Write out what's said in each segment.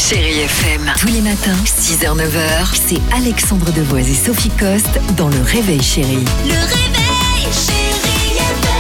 Chérie FM. Tous les matins, 6h-9h, c'est Alexandre Devoise et Sophie Coste dans Le Réveil Chérie. Le réveil, Chérie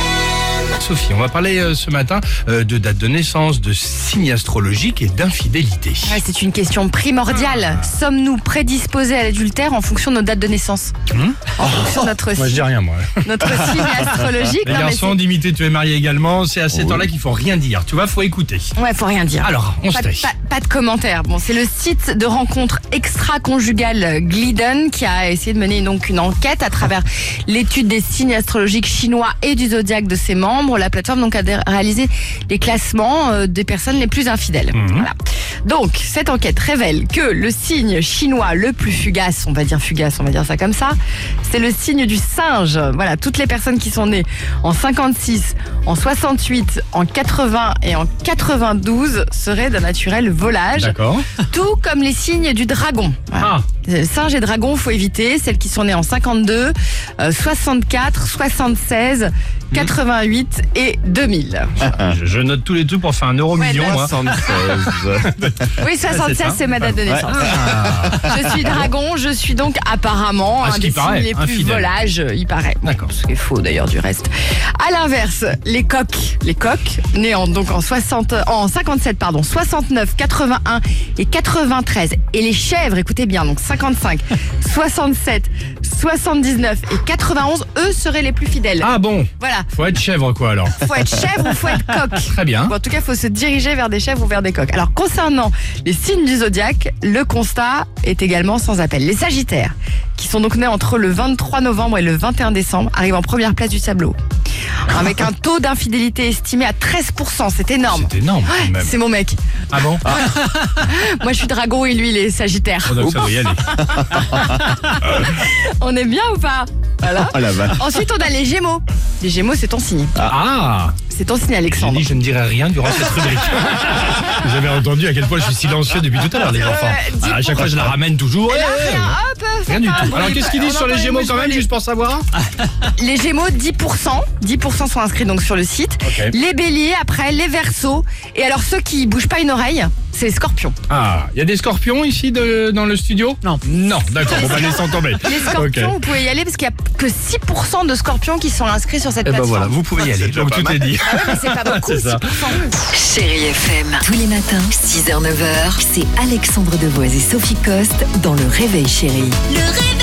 FM. Sophie, on va parler ce matin de date de naissance, de signes astrologiques et d'infidélité. Ouais, c'est une question primordiale. Sommes-nous prédisposés à l'adultère en fonction de nos dates de naissance? En fonction de notre Moi je dis rien moi. notre signe astrologique. Les Non, mais garçons, d'imiter, tu es marié également, c'est à ces temps-là qu'il faut rien dire. Tu vois, faut écouter. ouais, faut rien dire. Alors, on se Pas, tait. pas de commentaires. Bon, c'est le site de rencontre extra-conjugale Glidden qui a essayé de mener donc une enquête à travers l'étude des signes astrologiques chinois et du zodiaque de ses membres. La plateforme donc a réalisé les classements des personnes les plus infidèles. Voilà. Donc, cette enquête révèle que le signe chinois le plus fugace, on va dire ça comme ça, c'est le signe du singe. Voilà, toutes les personnes qui sont nées en 56, en 68, en 80 et en 92 seraient d'un naturel volage. D'accord. Tout comme les signes du dragon. Voilà. Singe et dragon, faut éviter. Celles qui sont nées en 52, 64, 76, 88 et 2000. Je note tous les trucs pour faire un euro million, Ouais, moi. 76. Oui, 76, c'est ma date de naissance. Je suis dragon, je suis donc apparemment Ah, ce un qui des paraît, signes les plus infidèle. volages, il paraît. D'accord. Ce qui est faux d'ailleurs du reste. À l'inverse, les coqs, nés en 57, 69, 81 et 93. Et les chèvres, écoutez bien, donc 55, 67, 79 et 91, eux seraient les plus fidèles. Ah bon, Voilà. faut être chèvre quoi alors. Faut être chèvre ou faut être coq. Très bien. Bon, en tout cas, il faut se diriger vers des chèvres ou vers des coqs. Alors, concernant les signes du zodiaque, le constat est également sans appel. Les Sagittaires, qui sont donc nés entre le 23 novembre et le 21 décembre, arrivent en première place du tableau. Avec un taux d'infidélité estimé à 13%, c'est énorme. C'est énorme quand Ouais, même. c'est mon mec. Ah bon. Moi, je suis dragon et lui, il est Sagittaire. Donc ça doit y aller. On est bien ou pas? Voilà. Oh la vache. Ensuite, on a les Gémeaux. Les Gémeaux, c'est ton signe. Ah, C'est ton signe, j'ai Alexandre. dit je ne dirai rien durant cette rubrique. Vous avez entendu à quel point je suis silencieux depuis tout à l'heure les enfants. dis À chaque fois je la ramène toujours. Là, Eh, rien, hop, Rien du tout. Alors qu'est-ce qu'ils disent on sur les entend Gémeaux les quand même, mouches juste pour savoir? Les Gémeaux, 10%. 10% sont inscrits donc sur le site. Ok. Les Béliers, après, les Verseaux. Et alors, ceux qui bougent pas une oreille, c'est les Scorpions. Ah, il y a des scorpions ici dans le studio? Non. Non, d'accord, bon bah laissons tomber. Les Scorpions, Ok. vous pouvez y aller parce qu'il y a que 6% de Scorpions qui sont inscrits sur cette Eh ben plateforme. voilà, vous pouvez y aller. déjà Donc pas tout mal. est dit. Ah ouais, mais c'est pas beaucoup, C'est ça. 6%. Chérie FM. Tous les matins, 6h-9h, c'est Alexandre Devoise et Sophie Coste dans Le Réveil Chérie. Le réveil.